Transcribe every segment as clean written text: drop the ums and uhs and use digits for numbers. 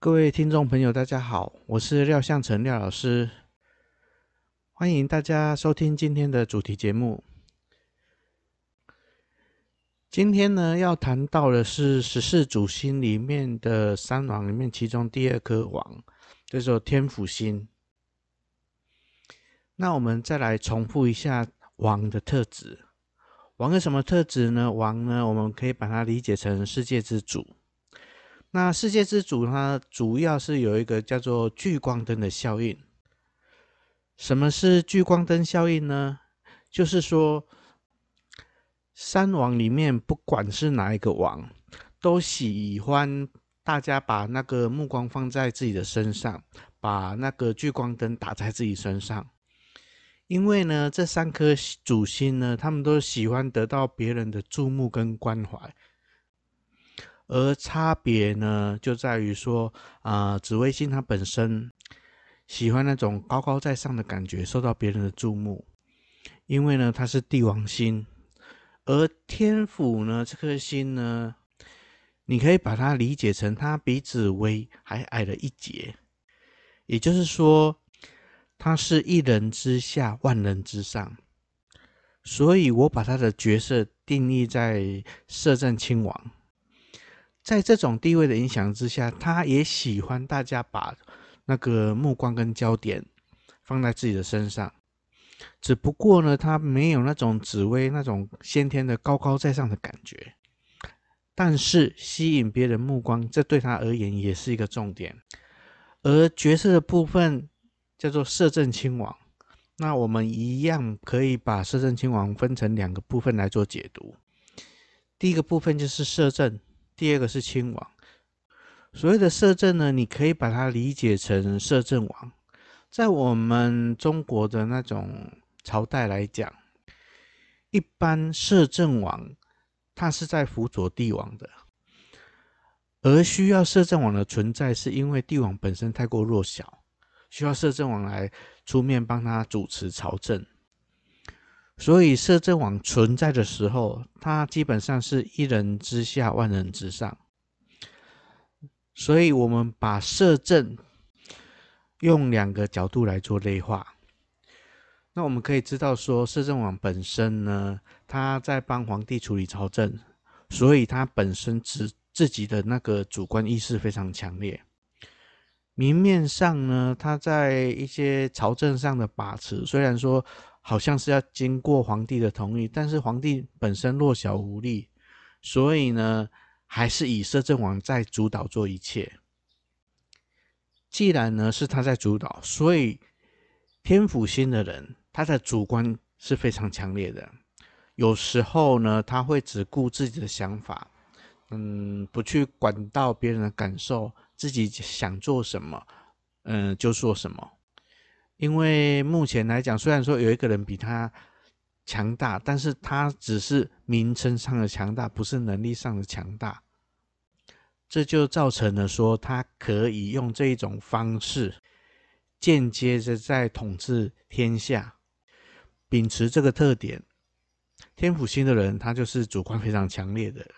各位听众朋友，大家好，我是廖相程廖老师，欢迎大家收听今天的主题节目。今天呢，要谈到的是十四主星里面的三王里面其中第二颗王，叫做天府星。那我们再来重复一下王的特质。王有什么特质呢？王呢，我们可以把它理解成世界之主。那世界之主它主要是有一个叫做聚光灯的效应。什么是聚光灯效应呢？就是说，三王里面不管是哪一个王，都喜欢大家把那个目光放在自己的身上，把那个聚光灯打在自己身上。因为呢，这三颗主星呢，他们都喜欢得到别人的注目跟关怀，而差别呢，就在于说，紫微星它本身喜欢那种高高在上的感觉，受到别人的注目。因为呢，它是帝王星，而天府呢，这颗星呢，你可以把它理解成它比紫微还矮了一截，也就是说，它是一人之下，万人之上。所以我把它的角色定义在摄政亲王。在这种地位的影响之下，他也喜欢大家把那个目光跟焦点放在自己的身上。只不过呢，他没有那种紫薇那种先天的高高在上的感觉，但是吸引别人目光，这对他而言也是一个重点。而角色的部分叫做摄政亲王，那我们一样可以把摄政亲王分成两个部分来做解读。第一个部分就是摄政，第二个是亲王。所谓的摄政呢，你可以把它理解成摄政王。在我们中国的那种朝代来讲，一般摄政王他是在辅佐帝王的，而需要摄政王的存在，是因为帝王本身太过弱小，需要摄政王来出面帮他主持朝政。所以摄政王存在的时候，他基本上是一人之下，万人之上。所以我们把摄政用两个角度来做类化。那我们可以知道说，摄政王本身呢，他在帮皇帝处理朝政，所以他本身自己的那个主观意识非常强烈。明面上呢，他在一些朝政上的把持，虽然说好像是要经过皇帝的同意，但是皇帝本身弱小无力，所以呢，还是以摄政王在主导做一切。既然呢是他在主导，所以天府星的人，他的主观是非常强烈的。有时候呢，他会只顾自己的想法，不去管到别人的感受，自己想做什么，就做什么。因为目前来讲，虽然说有一个人比他强大，但是他只是名称上的强大，不是能力上的强大。这就造成了说，他可以用这一种方式，间接的在统治天下。秉持这个特点，天府星的人，他就是主观非常强烈的人。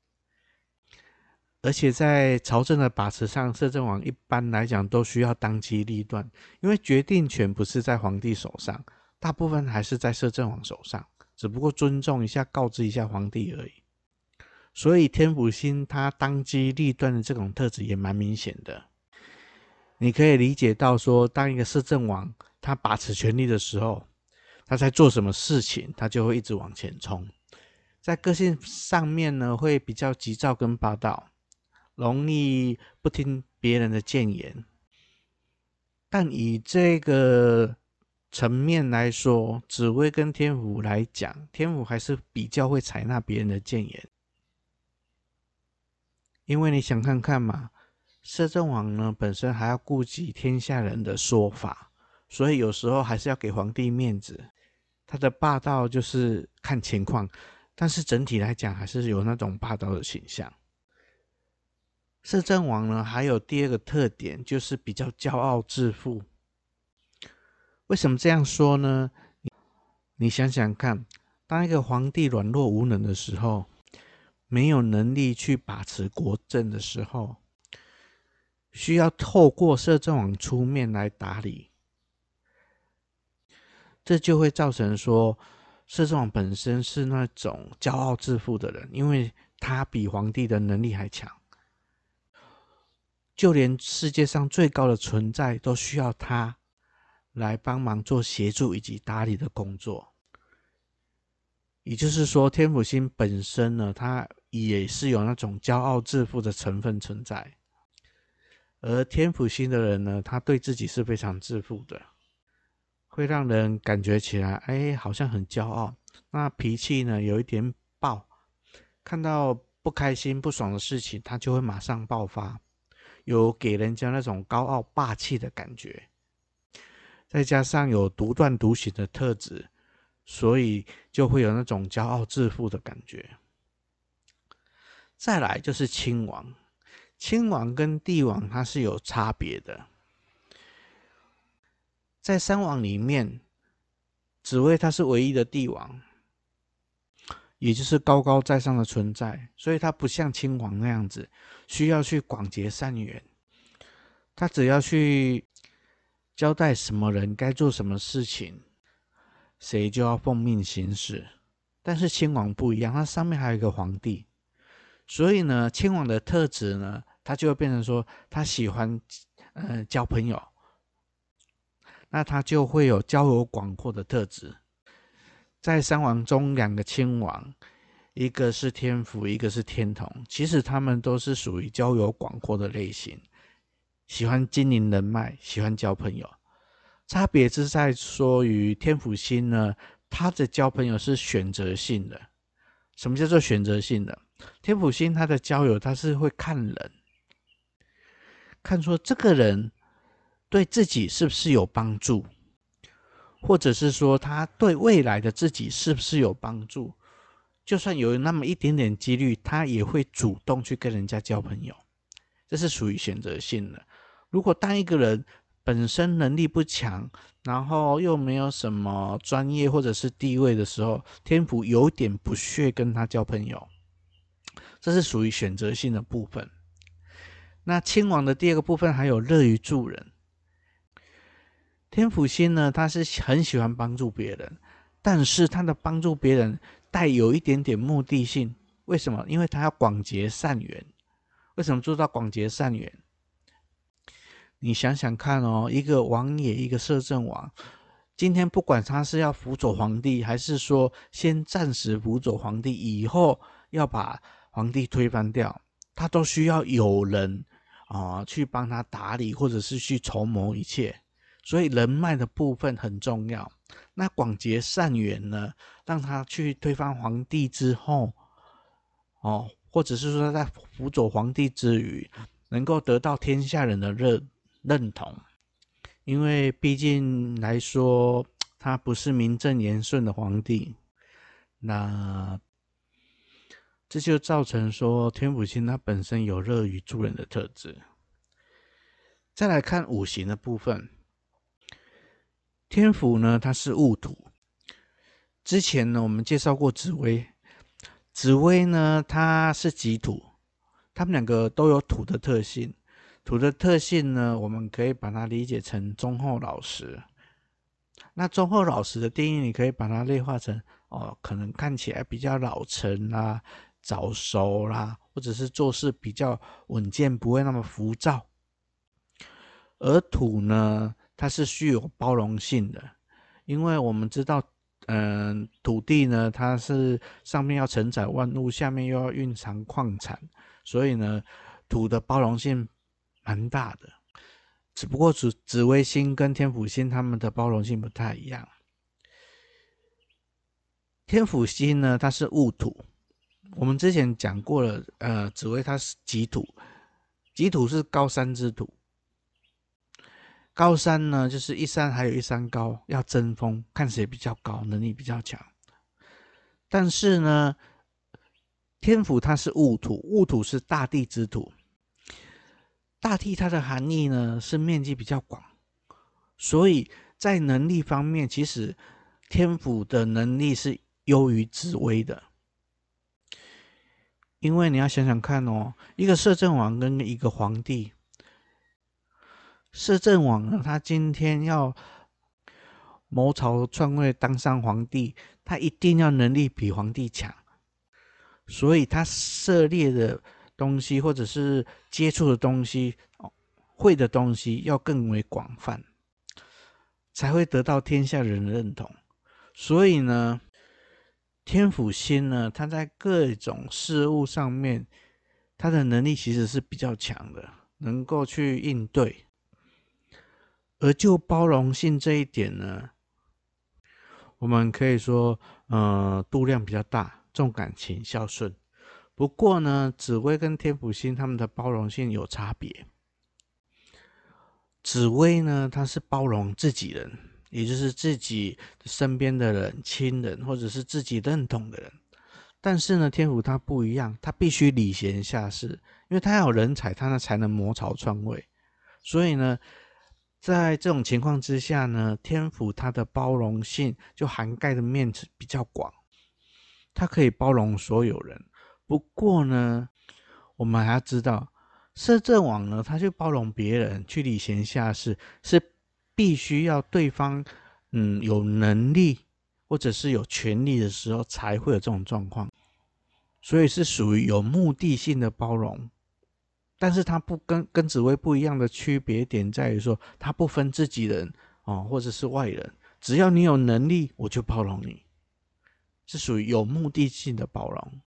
而且在朝政的把持上，摄政王一般来讲都需要当机立断，因为决定权不是在皇帝手上，大部分还是在摄政王手上，只不过尊重一下、告知一下皇帝而已。所以天府星他当机立断的这种特质也蛮明显的。你可以理解到说，当一个摄政王他把持权力的时候，他在做什么事情，他就会一直往前冲。在个性上面呢，会比较急躁跟霸道，容易不听别人的谏言。但以这个层面来说，紫微跟天府来讲，天府还是比较会采纳别人的谏言。因为你想看看嘛，摄政王呢本身还要顾及天下人的说法，所以有时候还是要给皇帝面子。他的霸道就是看情况，但是整体来讲还是有那种霸道的倾向。摄政王呢还有第二个特点，就是比较骄傲自负。为什么这样说呢？你想想看，当一个皇帝软弱无能的时候，没有能力去把持国政的时候， 需要透过摄政王出面来打理，这就会造成说摄政王本身是那种骄傲自负的人，因为他比皇帝的能力还强，就连世界上最高的存在都需要他来帮忙做协助以及打理的工作。也就是说，天府星本身呢，它也是有那种骄傲自负的成分存在。而天府星的人呢，他对自己是非常自负的，会让人感觉起来，好像很骄傲。那脾气呢，有一点暴，看到不开心、不爽的事情，他就会马上爆发，有给人家那种高傲霸气的感觉。再加上有独断独行的特质，所以就会有那种骄傲自负的感觉。再来就是亲王，亲王跟帝王它是有差别的。在三王里面，紫薇他是唯一的帝王，也就是高高在上的存在，所以他不像亲王那样子需要去广结善缘，他只要去交代什么人该做什么事情，谁就要奉命行事。但是亲王不一样，他上面还有一个皇帝，所以呢，亲王的特质呢，他就会变成说他喜欢交朋友，那他就会有交友广阔的特质。在三王中，两个亲王，一个是天府，一个是天同，其实他们都是属于交友广阔的类型，喜欢经营人脉，喜欢交朋友。差别是在说于天府星呢，他的交朋友是选择性的。什么叫做选择性的？天府星他的交友，他是会看人，看说这个人对自己是不是有帮助，或者是说他对未来的自己是不是有帮助。就算有那么一点点几率，他也会主动去跟人家交朋友，这是属于选择性的。如果当一个人本身能力不强，然后又没有什么专业或者是地位的时候，天府有点不屑跟他交朋友，这是属于选择性的部分。那亲王的第二个部分还有乐于助人。天府星呢，他是很喜欢帮助别人，但是他的帮助别人带有一点点目的性。为什么？因为他要广结善缘。为什么做到广结善缘？你想想看哦，一个王爷，一个摄政王，今天不管他是要辅佐皇帝，还是说先暂时辅佐皇帝，以后要把皇帝推翻掉，他都需要有人去帮他打理，或者是去筹谋一切。所以人脉的部分很重要。那广结善缘呢，让他去推翻皇帝之后，或者是说在辅佐皇帝之余，能够得到天下人的认同。因为毕竟来说，他不是名正言顺的皇帝，那这就造成说天府星他本身有乐于助人的特质。再来看五行的部分，天府呢，它是戊土。之前呢，我们介绍过紫微，紫微呢，它是己土，它们两个都有土的特性。土的特性呢，我们可以把它理解成忠厚老实。那忠厚老实的定义，你可以把它类化成可能看起来比较老成啦、早熟啦，或者是做事比较稳健，不会那么浮躁。而土呢，它是具有包容性的，因为我们知道，土地呢，它是上面要承载万物，下面又要蕴藏矿产，所以呢，土的包容性蛮大的。只不过紫微星跟天府星它们的包容性不太一样。天府星呢，它是戊土，我们之前讲过了，紫微它是己土，己土是高山之土。高山呢，就是一山还有一山高，要争锋，看谁比较高，能力比较强。但是呢，天府它是戊土，戊土是大地之土。大地它的含义呢是面积比较广，所以在能力方面，其实天府的能力是优于紫微的。因为你要想想看哦，一个摄政王跟一个皇帝， 摄政王呢，他今天要谋朝篡位当上皇帝，他一定要能力比皇帝强，所以他涉猎的东西或者是接触的东西、会的东西要更为广泛，才会得到天下人的认同。所以呢，天府星呢，他在各种事物上面，他的能力其实是比较强的，能够去应对。而就包容性这一点呢，我们可以说，度量比较大，重感情、孝顺。不过呢，紫微跟天府星他们的包容性有差别。紫微呢，它是包容自己人，也就是自己身边的人、亲人，或者是自己认同的人。但是呢，天府它不一样，它必须礼贤下士，因为它要有人才，它才能谋朝篡位。所以呢，在这种情况之下呢，天府它的包容性就涵盖的面比较广，它可以包容所有人。不过呢，我们还要知道，摄政王呢，他去包容别人，去礼贤下士，是必须要对方有能力或者是有权利的时候，才会有这种状况。所以是属于有目的性的包容。但是它不跟紫薇不一样的区别点在于说，它不分自己人或者是外人，只要你有能力，我就包容你，是属于有目的性的包容。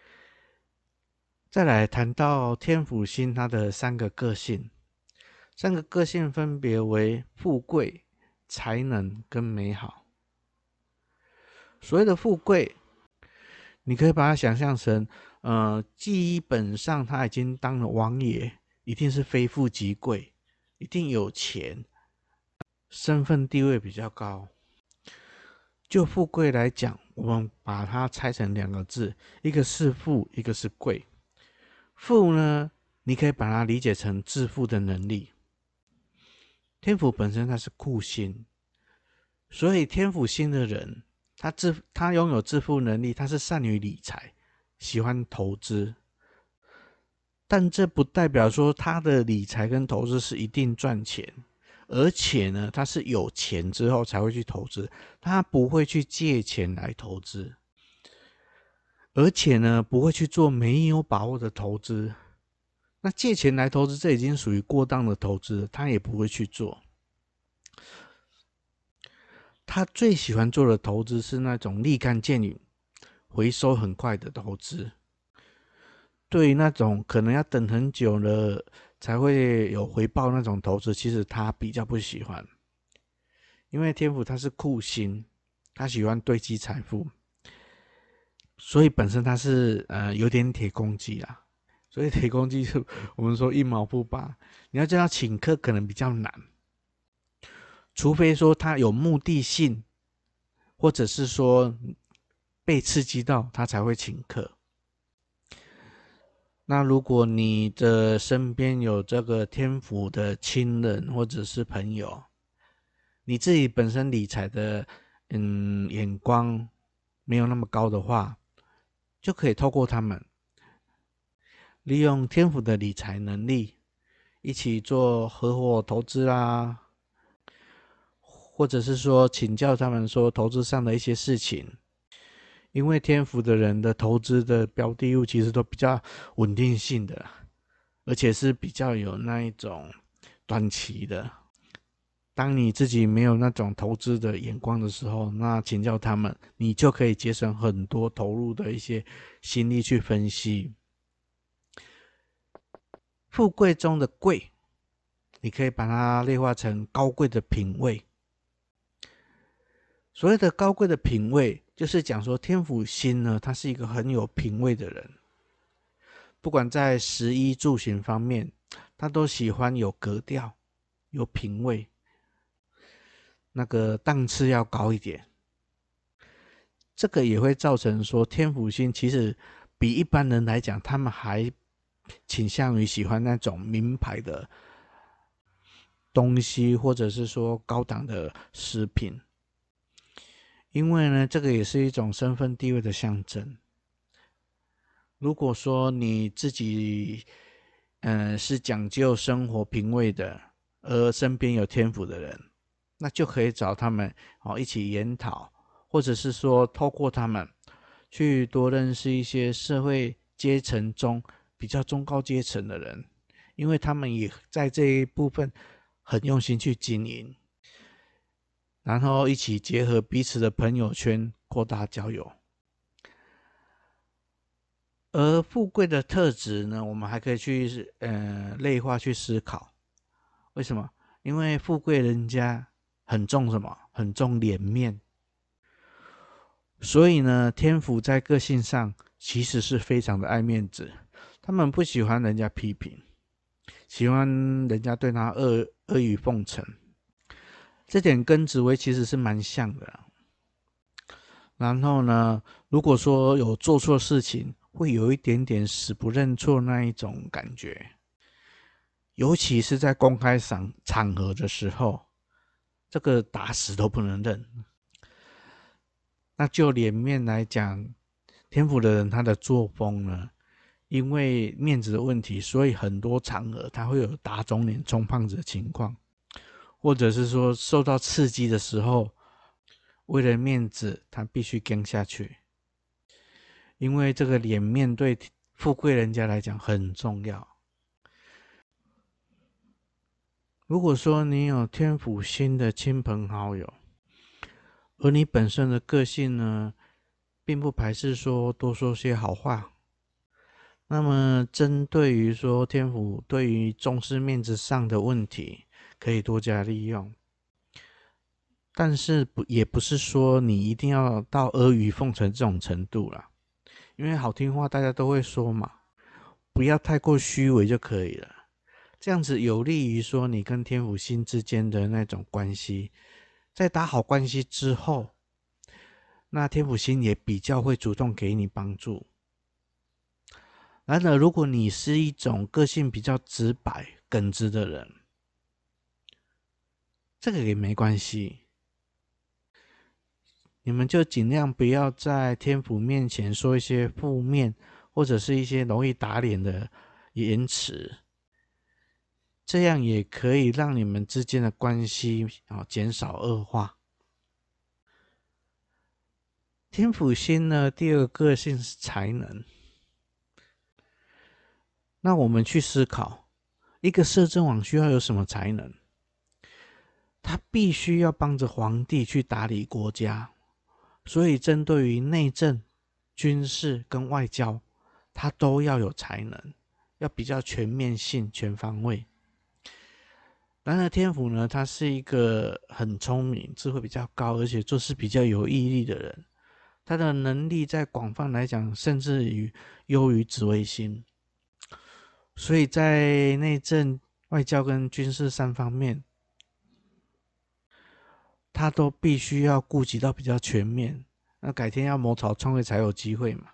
再来谈到天府星它的三个个性，三个个性分别为富贵、才能跟美好。所谓的富贵，你可以把它想象成，基本上他已经当了王爷，一定是非富即贵，一定有钱，身份地位比较高。就富贵来讲，我们把它拆成两个字，一个是富，一个是贵。富呢，你可以把它理解成致富的能力。天府本身它是库星，所以天府星的人，他拥有致富能力，他是善于理财，喜欢投资。但这不代表说他的理财跟投资是一定赚钱，而且呢，他是有钱之后才会去投资，他不会去借钱来投资，而且呢，不会去做没有把握的投资。那借钱来投资，这已经属于过当的投资了，他也不会去做。他最喜欢做的投资是那种立竿见影、回收很快的投资。对于那种可能要等很久了才会有回报那种投资，其实他比较不喜欢，因为天府他是库星，他喜欢堆积财富，所以本身他是有点铁公鸡啦。所以铁公鸡就我们说一毛不拔，你要叫他请客可能比较难，除非说他有目的性，或者是说被刺激到他才会请客。那如果你的身边有这个天府的亲人或者是朋友，你自己本身理财的眼光没有那么高的话，就可以透过他们利用天府的理财能力，一起做合伙投资啦，或者是说请教他们说投资上的一些事情。因为天府的人的投资的标的物其实都比较稳定性的，而且是比较有那一种短期的。当你自己没有那种投资的眼光的时候，那请教他们，你就可以节省很多投入的一些心力去分析。富贵中的贵，你可以把它类化成高贵的品味。所谓的高贵的品味，就是讲说天府星呢，他是一个很有品味的人，不管在食衣住行方面，他都喜欢有格调、有品味，那个档次要高一点。这个也会造成说天府星其实比一般人来讲，他们还倾向于喜欢那种名牌的东西，或者是说高档的食品。因为呢，这个也是一种身份地位的象征。如果说你自己是讲究生活品味的， 而身边有天府的人，那就可以找他们一起研讨，或者是说透过他们去多认识一些社会阶层中比较中高阶层的人，因为他们也在这一部分很用心去经营，然后一起结合彼此的朋友圈，扩大交友。而富贵的特质呢，我们还可以去类化去思考，为什么？因为富贵人家很重什么？很重脸面，所以呢，天府在个性上其实是非常的爱面子，他们不喜欢人家批评，喜欢人家对他阿谀奉承，这点跟紫薇其实是蛮像的。然后呢，如果说有做错事情，会有一点点死不认错那一种感觉，尤其是在公开场合的时候，这个打死都不能认。那就脸面来讲，天府的人他的作风呢，因为面子的问题，所以很多场合他会有打肿脸充胖子的情况，或者是说受到刺激的时候，为了面子他必须跟下去，因为这个脸面对富贵人家来讲很重要。如果说你有天府星的亲朋好友，而你本身的个性呢，并不排斥说多说些好话，那么针对于说天府对于重视面子上的问题，可以多加利用。但是也不是说你一定要到阿谀奉承这种程度啦，因为好听话大家都会说嘛，不要太过虚伪就可以了。这样子有利于说你跟天府星之间的那种关系，在打好关系之后，那天府星也比较会主动给你帮助。然而，如果你是一种个性比较直白、耿直的人，这个也没关系，你们就尽量不要在天府面前说一些负面或者是一些容易打脸的言辞，这样也可以让你们之间的关系减少恶化。天府星呢，第二个个性是才能。那我们去思考，一个摄政王需要有什么才能？他必须要帮着皇帝去打理国家，所以针对于内政、军事跟外交，他都要有才能，要比较全面性、全方位。然而天府呢，他是一个很聪明、智慧比较高，而且做事比较有毅力的人。他的能力在广泛来讲，甚至于优于紫微星。所以在内政、外交跟军事三方面，他都必须要顾及到比较全面。那改天要谋朝篡位才有机会嘛。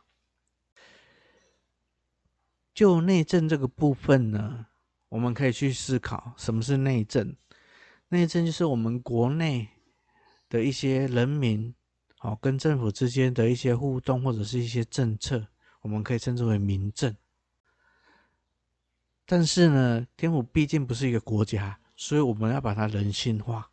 就内政这个部分呢，我们可以去思考什么是内政。内政就是我们国内的一些人民跟政府之间的一些互动，或者是一些政策，我们可以称之为民政。但是呢，天府毕竟不是一个国家，所以我们要把它人性化。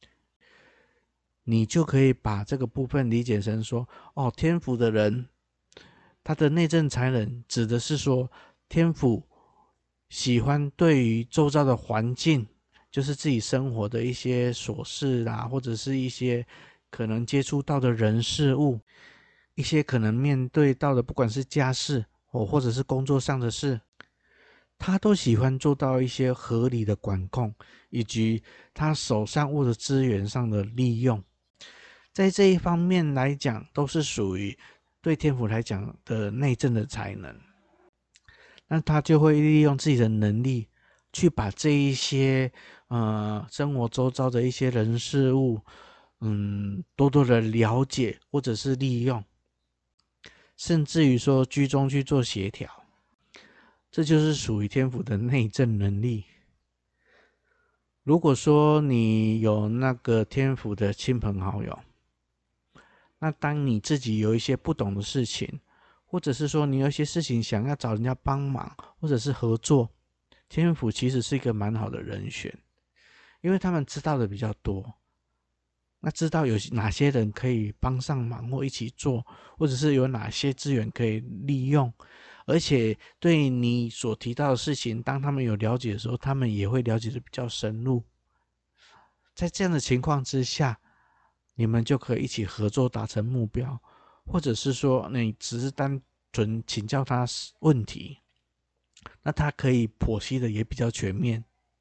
你就可以把这个部分理解成说，天府的人，他的内政才能指的是说，天府喜欢对于周遭的环境，就是自己生活的一些琐事啦，或者是一些可能接触到的人事物，一些可能面对到的，不管是家事或者是工作上的事，他都喜欢做到一些合理的管控，以及他手上握的资源上的利用。在这一方面来讲，都是属于对天府来讲的内政的才能。那他就会利用自己的能力，去把这一些生活周遭的一些人事物，多多的了解或者是利用，甚至于说居中去做协调，这就是属于天府的内政能力。如果说你有那个天府的亲朋好友，那当你自己有一些不懂的事情，或者是说你有一些事情想要找人家帮忙，或者是合作，天府其实是一个蛮好的人选。 因为他们知道的比较多，那知道有哪些人可以帮上忙或一起做，或者是有哪些资源可以利用，而且对你所提到的事情，当他们有了解的时候，他们也会了解的比较深入。在这样的情况之下，你们就可以一起合作达成目标，或者是说你只是单纯请教他问题，那他可以剖析的也比较全面。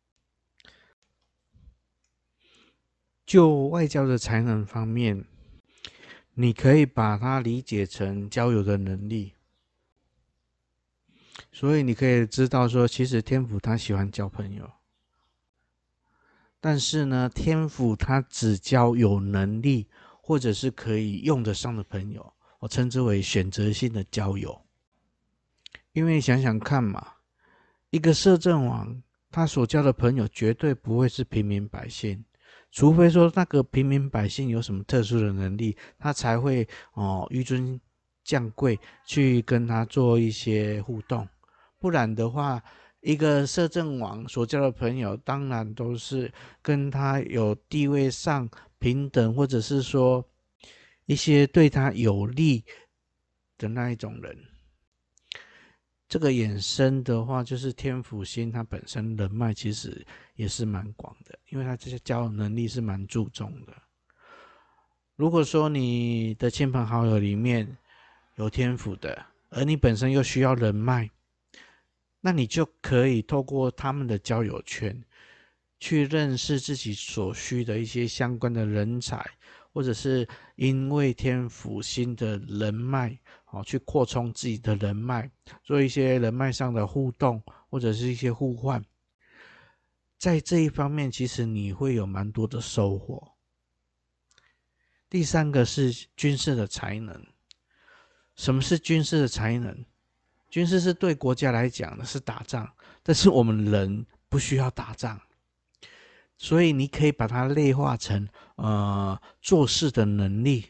就外交的才能方面，你可以把它理解成交友的能力。所以你可以知道说，其实天府他喜欢交朋友，但是呢，天府他只交有能力或者是可以用得上的朋友，我称之为选择性的交友。因为想想看嘛，一个摄政王他所交的朋友绝对不会是平民百姓，除非说那个平民百姓有什么特殊的能力，他才会纡尊降贵去跟他做一些互动。不然的话，一个摄政王所交的朋友，当然都是跟他有地位上平等，或者是说一些对他有利的那一种人。这个衍生的话，就是天府星他本身人脉其实也是蛮广的，因为他这些交友能力是蛮注重的。如果说你的亲朋好友里面有天府的，而你本身又需要人脉，那你就可以透过他们的交友圈去认识自己所需的一些相关的人才，或者是因为天府星的人脉去扩充自己的人脉，做一些人脉上的互动，或者是一些互换。在这一方面，其实你会有蛮多的收获。第三个是军事的才能。什么是军事的才能？军事是对国家来讲的是打仗，但是我们人不需要打仗，所以你可以把它类化成做事的能力。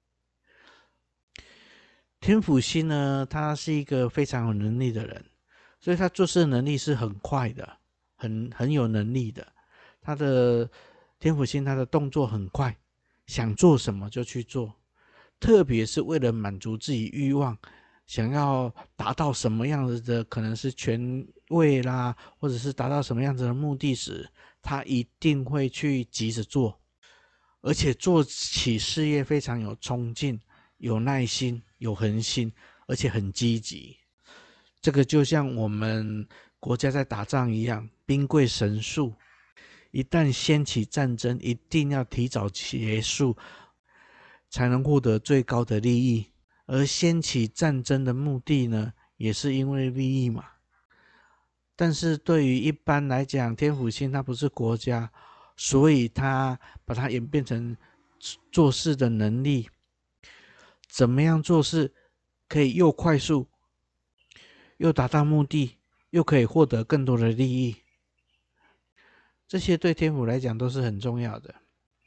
天府星呢，他是一个非常有能力的人，所以他做事的能力是很快的，很有能力的。他的天府星，他的动作很快，想做什么就去做，特别是为了满足自己欲望，想要达到什么样子的，可能是权位啦，或者是达到什么样子的目的时，他一定会去急着做，而且做起事业非常有冲劲，有耐心，有恒心，而且很积极。这个就像我们国家在打仗一样，兵贵神速，一旦掀起战争，一定要提早结束，才能获得最高的利益。而掀起战争的目的呢，也是因为利益嘛。但是对于一般来讲，天府星它不是国家，所以它把它演变成做事的能力。怎么样做事可以又快速，又达到目的，又可以获得更多的利益？这些对天府来讲都是很重要的。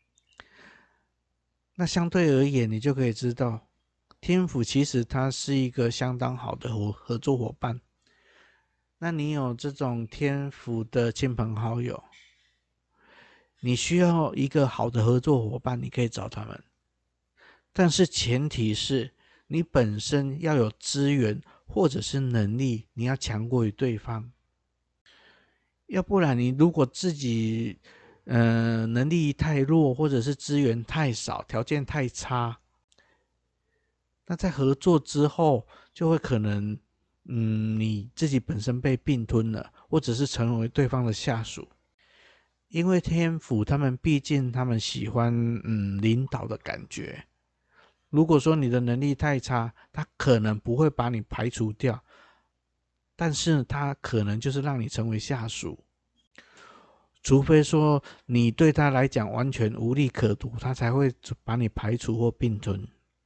那相对而言，你就可以知道，天府其实它是一个相当好的合作伙伴。那你有这种天府的亲朋好友，你需要一个好的合作伙伴，你可以找他们。但是前提是你本身要有资源或者是能力，你要强过于对方。要不然你如果自己能力太弱，或者是资源太少，条件太差，那在合作之后就会可能你自己本身被并吞了，或者是成为对方的下属。因为天府他们毕竟他们喜欢领导的感觉。如果说你的能力太差，他可能不会把你排除掉，但是他可能就是让你成为下属。除非说你对他来讲完全无利可图，他才会把你排除或并吞。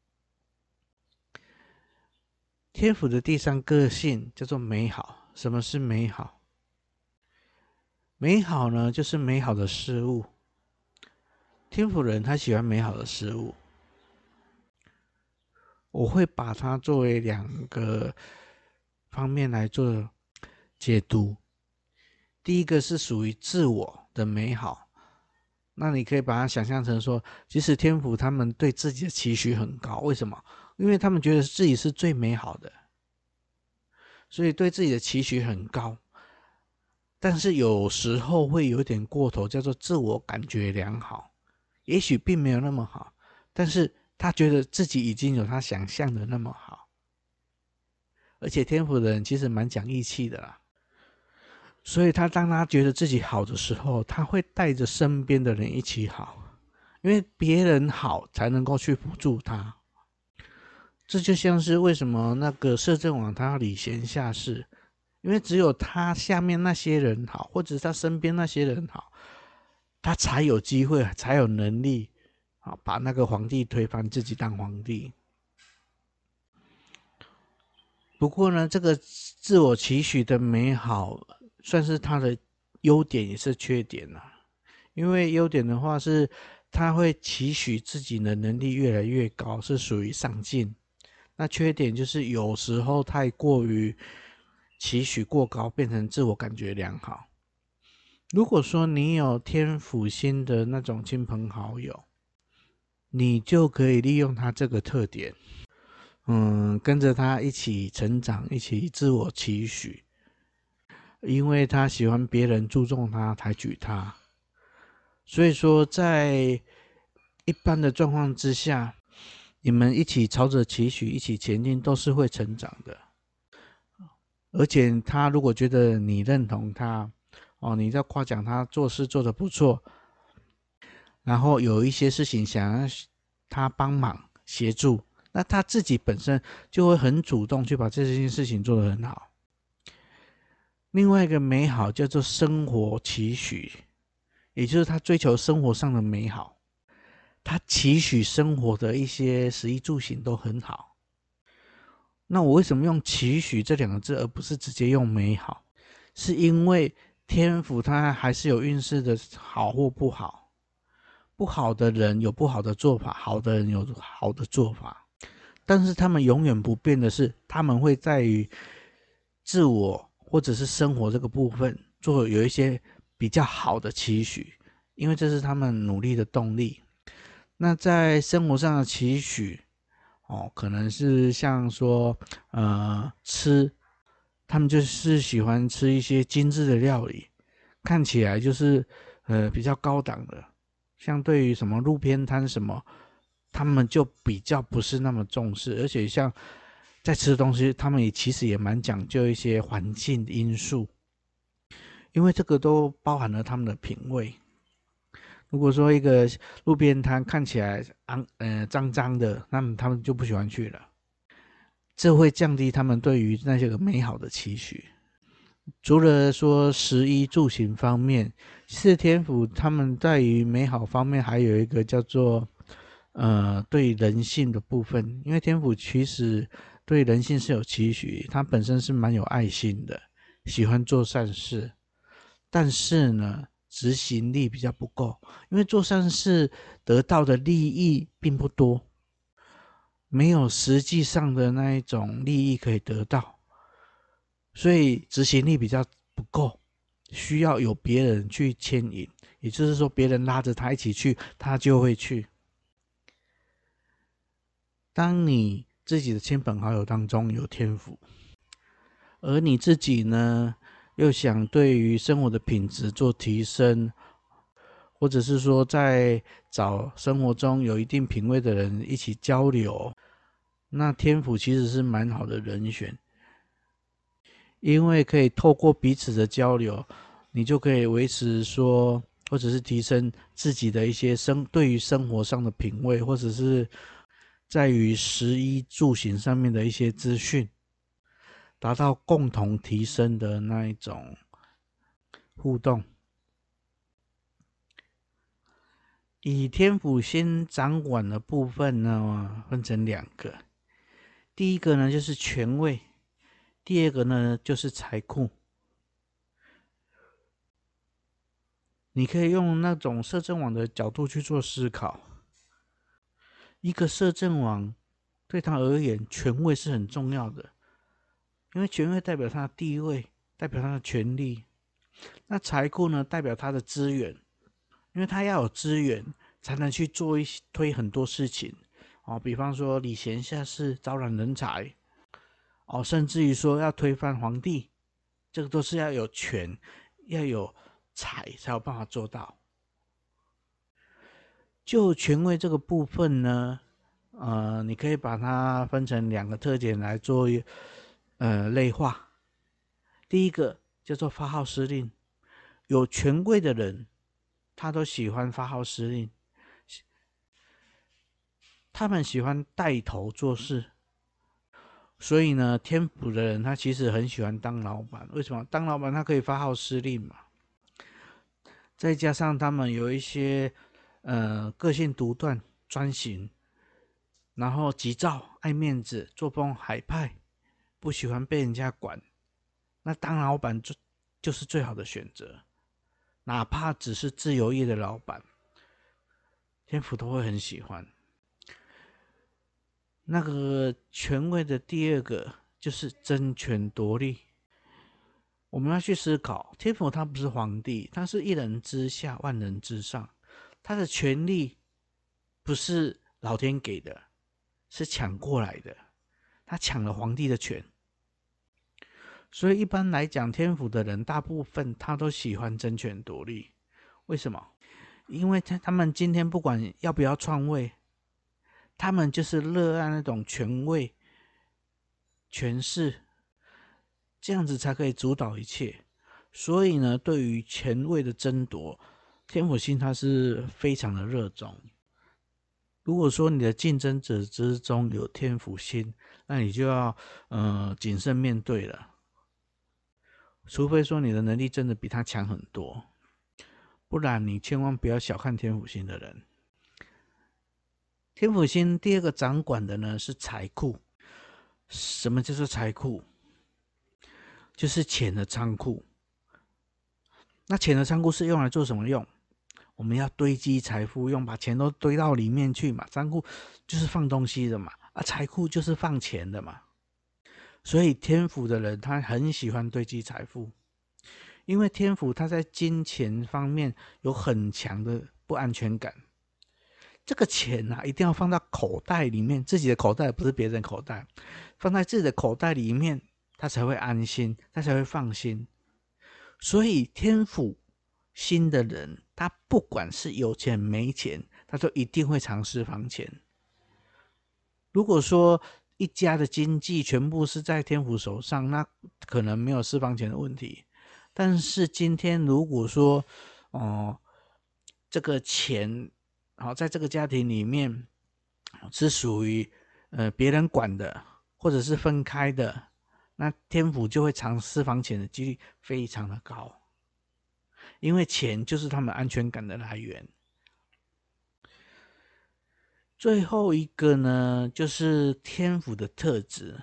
天府的第三个性叫做美好。什么是美好？美好呢，就是美好的事物。天府人他喜欢美好的事物，我会把它作为两个方面来做解读。第一个是属于自我的美好， 那你可以把它想象成说，其实天府他们对自己的期许很高，为什么？因为他们觉得自己是最美好的，所以对自己的期许很高。但是有时候会有点过头，叫做自我感觉良好，也许并没有那么好，但是他觉得自己已经有他想象的那么好。而且天府的人其实蛮讲义气的啦，所以当他觉得自己好的时候，他会带着身边的人一起好，因为别人好才能够去辅助他。这就像是为什么那个摄政王他要礼贤下士，因为只有他下面那些人好，或者是他身边那些人好，他才有机会，才有能力把那个皇帝推翻，自己当皇帝。不过呢，这个自我期许的美好，算是他的优点也是缺点啦。因为优点的话是，他会期许自己的能力越来越高，是属于上进。那缺点就是有时候太过于期许过高，变成自我感觉良好。如果说你有天府星的那种亲朋好友，你就可以利用他这个特点，跟着他一起成长，一起自我期许，因为他喜欢别人注重他、抬举他，所以说在一般的状况之下，你们一起朝着期许一起前进，都是会成长的。而且他如果觉得你认同他，你在夸奖他做事做得不错，然后有一些事情想要他帮忙协助，那他自己本身就会很主动去把这件事情做得很好。另外一个美好叫做生活期许，也就是他追求生活上的美好，他期许生活的一些食衣住行都很好。那我为什么用期许这两个字，而不是直接用美好？是因为天府它还是有运势的好或不好，不好的人有不好的做法，好的人有好的做法，但是他们永远不变的是，他们会在于自我或者是生活这个部分有一些比较好的期许，因为这是他们努力的动力。那在生活上的期许，可能是像说，吃，他们就是喜欢吃一些精致的料理，看起来就是比较高档的，像对于什么路边摊什么，他们就比较不是那么重视，而且像在吃的东西，他们其实也蛮讲究一些环境因素，因为这个都包含了他们的品味。如果说一个路边摊看起来脏脏的，那么他们就不喜欢去了，这会降低他们对于那些个美好的期许。除了说食衣住行方面，四天府他们在于美好方面还有一个叫做对人性的部分，因为天府其实对人性是有期许，他本身是蛮有爱心的，喜欢做善事，但是呢执行力比较不够，因为做善事得到的利益并不多，没有实际上的那一种利益可以得到，所以执行力比较不够，需要有别人去牵引，也就是说别人拉着他一起去，他就会去。当你自己的亲朋好友当中有天赋，而你自己呢又想对于生活的品质做提升，或者是说在找生活中有一定品味的人一起交流，那天府其实是蛮好的人选，因为可以透过彼此的交流，你就可以维持说，或者是提升自己的一些对于生活上的品味，或者是在于食衣住行上面的一些资讯，达到共同提升的那一种互动。以天府星掌管的部分呢，分成两个，第一个呢就是权位，第二个呢就是财库。你可以用那种摄政王的角度去做思考，一个摄政王对他而言，权位是很重要的，因为权位代表他的地位，代表他的权利。那财库呢，代表他的资源， 因为他要有资源才能去推很多事情哦，比方说礼贤下士、招揽人才哦，甚至于说要推翻皇帝，这个都是要有权、要有才才有办法做到。就权位这个部分呢，你可以把它分成2个特点来做类化。第一个叫做发号施令，有权位的人，他都喜欢发号施令，他们喜欢带头做事。所以呢，天府的人他其实很喜欢当老板，为什么？当老板他可以发号施令嘛，再加上他们有一些个性独断专行，然后急躁爱面子，作风海派，不喜欢被人家管，那当老板就是最好的选择，哪怕只是自由业的老板，天府都会很喜欢。那个权位的第2个就是争权夺利。我们要去思考，天府他不是皇帝，他是一人之下万人之上，他的权力不是老天给的，是抢过来的，他抢了皇帝的权。所以一般来讲，天府的人大部分他都喜欢争权夺利。为什么？因为他们今天不管要不要篡位，他们就是热爱那种权位、权势，这样子才可以主导一切。所以呢，对于权位的争夺，天府星他是非常的热衷。如果说你的竞争者之中有天府星，那你就要谨慎面对了。除非说你的能力真的比他强很多，不然你千万不要小看天府星的人。天府星第2个掌管的呢是财库。什么叫做财库？就是钱的仓库。那钱的仓库是用来做什么用？我们要堆积财富用，把钱都堆到里面去嘛。仓库就是放东西的嘛，财库就是放钱的嘛。所以天府的人他很喜欢堆积财富，因为天府他在金钱方面有很强的不安全感。这个钱啊，一定要放到口袋里面，自己的口袋，不是别人口袋，放在自己的口袋里面，他才会安心，他才会放心。所以天府星的人，他不管是有钱没钱，他都一定会藏私房钱。如果说一家的经济全部是在天府手上，那可能没有私房钱的问题。但是今天如果说，这个钱，在这个家庭里面是属于别人管的，或者是分开的，那天府就会藏私房钱的几率非常的高，因为钱就是他们安全感的来源。最后一个呢，就是天府的特质。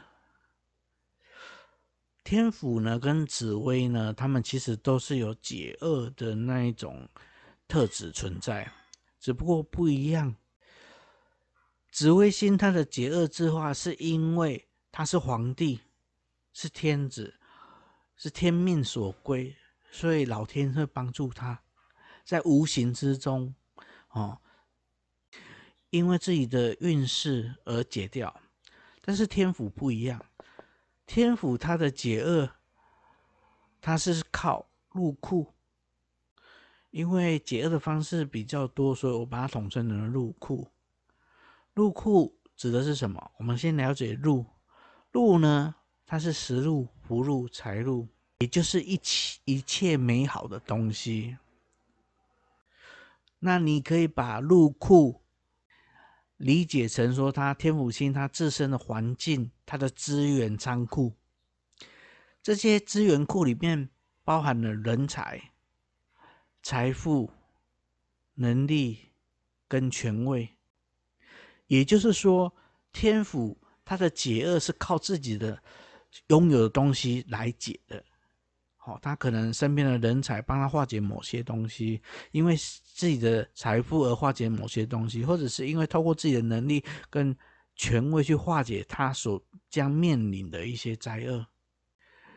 天府呢跟紫微呢，他们其实都是有解厄的那一种特质存在，只不过不一样。紫微星它的解厄之化，是因为他是皇帝，是天子，是天命所归，所以老天会帮助他，在无形之中，因为自己的运势而解掉。但是天府不一样，天府它的解厄，它是靠入库，因为解厄的方式比较多，所以我把它统称成入库。入库指的是什么？我们先了解入。入呢，它是食入、福入、财入，也就是一切美好的东西。那你可以把入库理解成说，它天府星它自身的环境，它的资源仓库。这些资源库里面包含了人才、财富、能力跟权位。也就是说，天府他的解厄是靠自己的拥有的东西来解的。他可能身边的人才帮他化解某些东西，因为自己的财富而化解某些东西，或者是因为透过自己的能力跟权位去化解他所将面临的一些灾厄。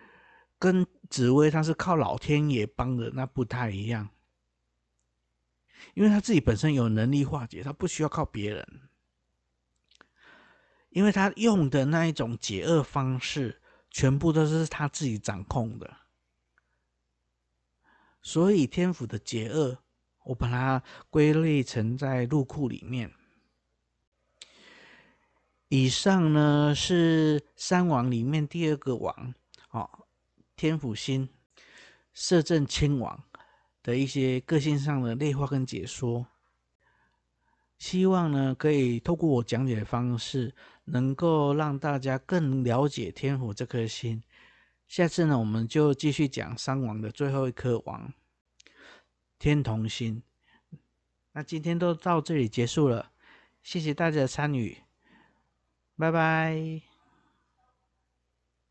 跟紫微他是靠老天爷帮的，那不太一样。 因为他自己本身有能力化解，他不需要靠别人，因为他用的那一种解厄方式，全部都是他自己掌控的。所以天府的解厄，我把它归类成在入库里面。以上呢是三王里面第二个王，天府星摄政亲王的一些个性上的类化跟解说。希望呢可以透过我讲解的方式，能够让大家更了解天府这颗星。下次呢，我们就继续讲三王的最后一颗王天同星。那今天都到这里结束了，谢谢大家的参与，拜拜。